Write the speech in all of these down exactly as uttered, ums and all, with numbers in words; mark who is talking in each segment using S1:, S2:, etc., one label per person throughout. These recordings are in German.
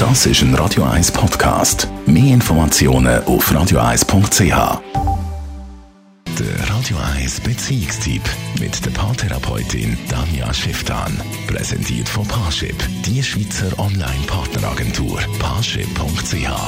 S1: Das ist ein Radio eins Podcast. Mehr Informationen auf radio eins punkt c h. Der Radio eins Beziehungstyp mit der Paartherapeutin Danja Schifftan. Präsentiert von Paarship, die Schweizer Online-Partneragentur. paarship punkt c h.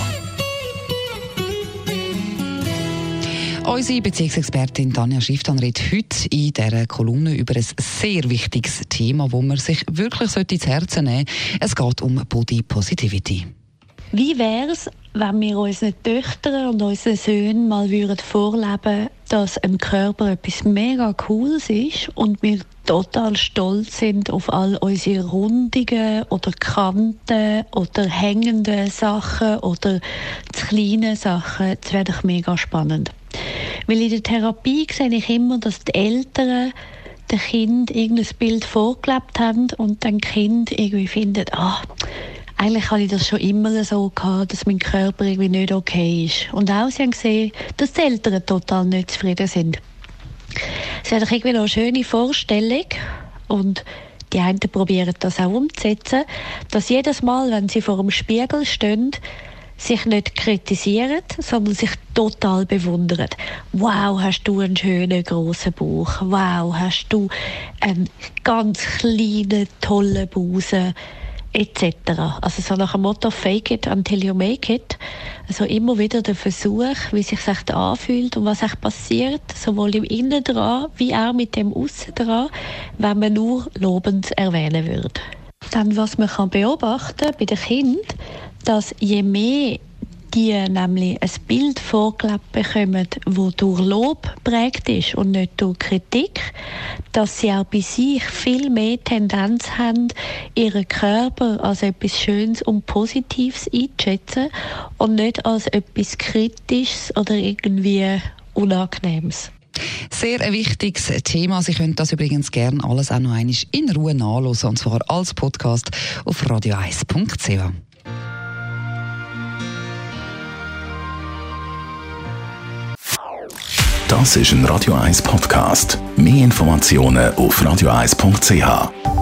S2: Unsere Beziehungsexpertin Danja Schifftan redet heute in dieser Kolumne über ein sehr wichtiges Thema, das man sich wirklich ins Herz nehmen sollte. Es geht um Body Positivity.
S3: Wie wäre es, wenn wir unseren Töchtern und unseren Söhnen mal würden vorleben, dass ein Körper etwas mega Cooles ist und wir total stolz sind auf all unsere Rundungen oder Kanten oder hängenden Sachen oder kleine Sachen. Das wäre doch mega spannend. Weil in der Therapie sehe ich immer, dass die Eltern dem Kind irgendein Bild vorgelebt haben und dann Kind irgendwie findet, ah, eigentlich habe ich das schon immer so gehabt, dass mein Körper irgendwie nicht okay ist. Und auch sie haben gesehen, dass die Eltern total nicht zufrieden sind. Es wäre doch irgendwie noch eine schöne Vorstellung und die einen probieren das auch umzusetzen, dass jedes Mal, wenn sie vor dem Spiegel stehen, sich nicht kritisieren, sondern sich total bewundern. Wow, hast du einen schönen, grossen Bauch. Wow, hast du einen ganz kleinen, tollen Busen. Etc. Also so nach dem Motto «Fake it until you make it». Also immer wieder der Versuch, wie sich das echt anfühlt und was echt passiert, sowohl im Innen dran, wie auch mit dem Aussen dran, wenn man nur lobend erwähnen würde. Dann, was man kann beobachten bei den Kindern, dass je mehr die nämlich ein Bild vorgelebt bekommen, das durch Lob geprägt ist und nicht durch Kritik, dass sie auch bei sich viel mehr Tendenz haben, ihren Körper als etwas Schönes und Positives einzuschätzen und nicht als etwas Kritisches oder irgendwie Unangenehmes.
S2: Sehr ein wichtiges Thema. Sie können das übrigens gerne alles auch noch einmal in Ruhe nachhören, und zwar als Podcast auf radio eins punkt c h.
S1: Das ist ein Radio eins Podcast. Mehr Informationen auf radio eins punkt c h.